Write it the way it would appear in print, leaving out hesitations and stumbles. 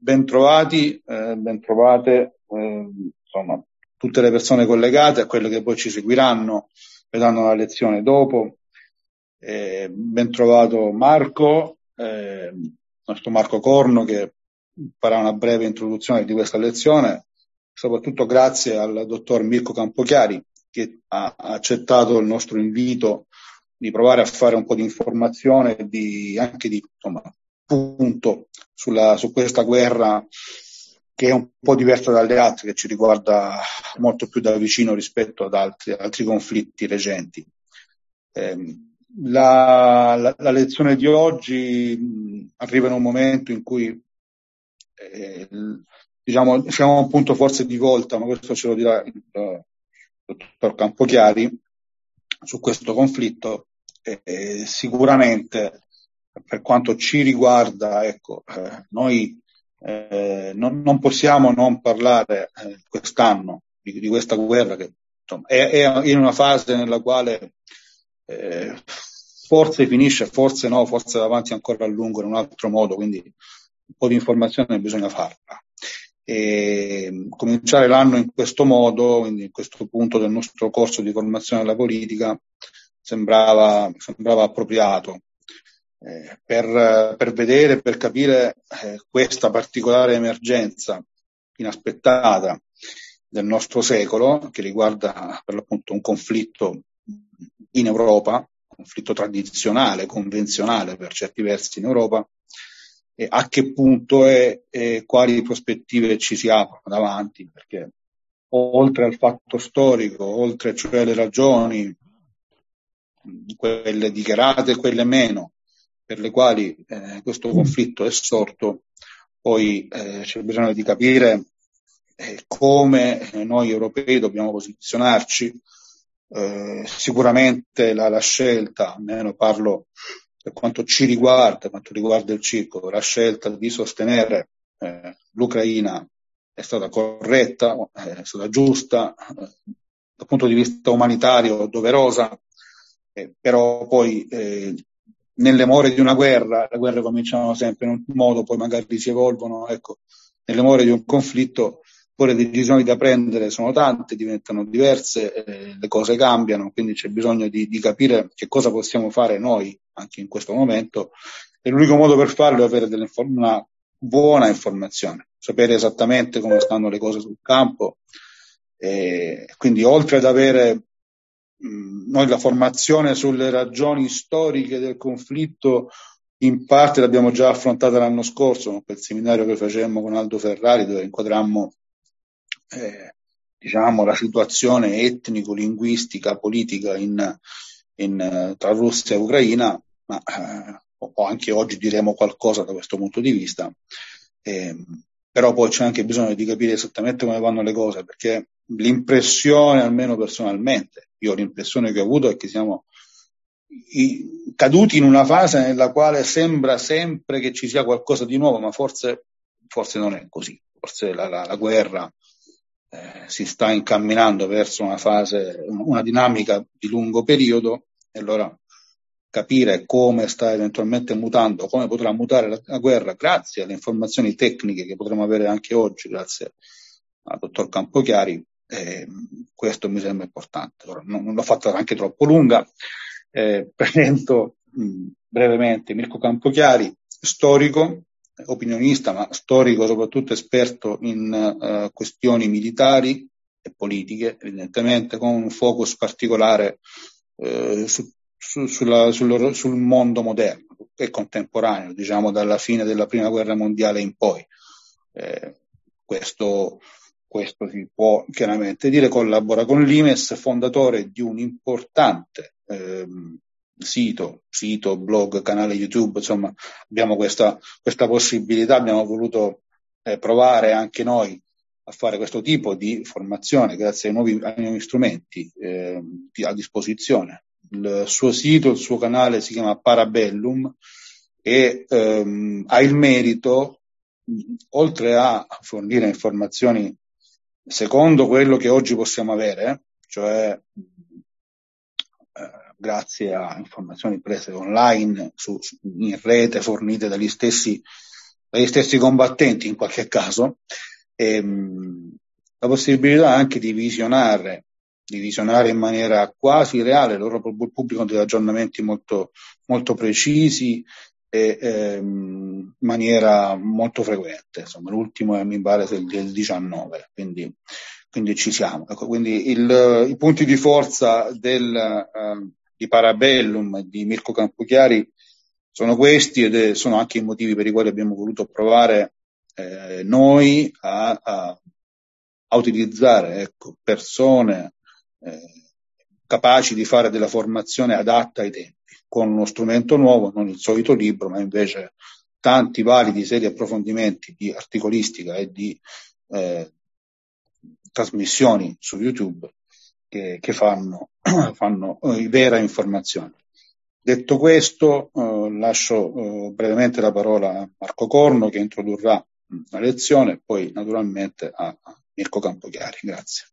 ben trovati, ben trovate, insomma, tutte le persone collegate a quelle che poi ci seguiranno, vedranno la lezione dopo. Ben trovato Marco, nostro Marco Corno, che farà una breve introduzione di questa lezione, soprattutto grazie al dottor Mirko Campochiari, che ha accettato il nostro invito di provare a fare un po' di informazione anche di punto su questa guerra che è un po' diversa dalle altre, che ci riguarda molto più da vicino rispetto ad altri conflitti recenti. La lezione di oggi arriva in un momento in cui diciamo siamo a un punto forse di volta, ma questo ce lo dirà il dottor Campochiari su questo conflitto. Sicuramente per quanto ci riguarda, ecco, noi non possiamo non parlare quest'anno di questa guerra che insomma, è in una fase nella quale forse finisce, forse no, forse va avanti ancora a lungo in un altro modo, quindi un po' di informazione bisogna farla. Cominciare l'anno in questo modo, quindi in questo punto del nostro corso di formazione alla politica, sembrava appropriato per vedere, per capire questa particolare emergenza inaspettata del nostro secolo, che riguarda per l'appunto un conflitto in Europa, un conflitto tradizionale, convenzionale per certi versi in Europa, e a che punto e quali prospettive ci si aprono davanti, perché oltre al fatto storico, oltre cioè le ragioni, quelle dichiarate e quelle meno, per le quali questo conflitto è sorto, poi c'è bisogno di capire come noi europei dobbiamo posizionarci. Sicuramente la scelta, almeno parlo per quanto ci riguarda, per quanto riguarda il circolo, la scelta di sostenere l'Ucraina è stata corretta, è stata giusta, dal punto di vista umanitario doverosa, però poi nelle more di una guerra, le guerre cominciano sempre in un modo, poi magari si evolvono, ecco, nelle more di un conflitto poi le decisioni da prendere sono tante, diventano diverse, le cose cambiano, quindi c'è bisogno di capire che cosa possiamo fare noi anche in questo momento, e l'unico modo per farlo è avere una buona informazione, sapere esattamente come stanno le cose sul campo, quindi oltre ad avere noi la formazione sulle ragioni storiche del conflitto in parte l'abbiamo già affrontata l'anno scorso con quel seminario che facemmo con Aldo Ferrari, dove inquadrammo diciamo la situazione etnico-linguistica politica tra Russia e Ucraina, ma o anche oggi diremo qualcosa da questo punto di vista, però poi c'è anche bisogno di capire esattamente come vanno le cose, perché l'impressione, almeno personalmente, io l'impressione che ho avuto è che siamo caduti in una fase nella quale sembra sempre che ci sia qualcosa di nuovo, ma forse non è così, forse la guerra si sta incamminando verso una fase, una dinamica di lungo periodo, e allora capire come sta eventualmente mutando, come potrà mutare la guerra grazie alle informazioni tecniche che potremo avere anche oggi grazie al dottor Campochiari, questo mi sembra importante. Ora, non l'ho fatta anche troppo lunga, presento brevemente Mirko Campochiari, storico, opinionista, ma storico soprattutto esperto in questioni militari e politiche, evidentemente con un focus particolare sul mondo moderno e contemporaneo, diciamo dalla fine della prima guerra mondiale in poi. Questo si può chiaramente dire. Collabora con l'Imes, fondatore di un importante sito, blog, canale YouTube, insomma abbiamo questa possibilità, abbiamo voluto provare anche noi a fare questo tipo di formazione grazie ai nuovi strumenti a disposizione. Il suo sito, il suo canale si chiama Parabellum e ha il merito, oltre a fornire informazioni secondo quello che oggi possiamo avere, cioè grazie a informazioni prese online, in rete, fornite dagli stessi dagli stessi combattenti in qualche caso, la possibilità anche di visionare in maniera quasi reale. Loro pubblicano degli aggiornamenti molto, molto precisi e in maniera molto frequente. Insomma, l'ultimo mi pare del 19, quindi ci siamo. Ecco, quindi i punti di forza di Parabellum e di Mirko Campochiari sono questi, ed sono anche i motivi per i quali abbiamo voluto provare noi a utilizzare, ecco, persone capaci di fare della formazione adatta ai tempi, con uno strumento nuovo, non il solito libro, ma invece tanti validi seri approfondimenti di articolistica e di trasmissioni su YouTube che fanno vera informazione. Detto questo, lascio brevemente la parola a Marco Corno, che introdurrà la lezione, poi naturalmente a Mirko Campochiari. Grazie.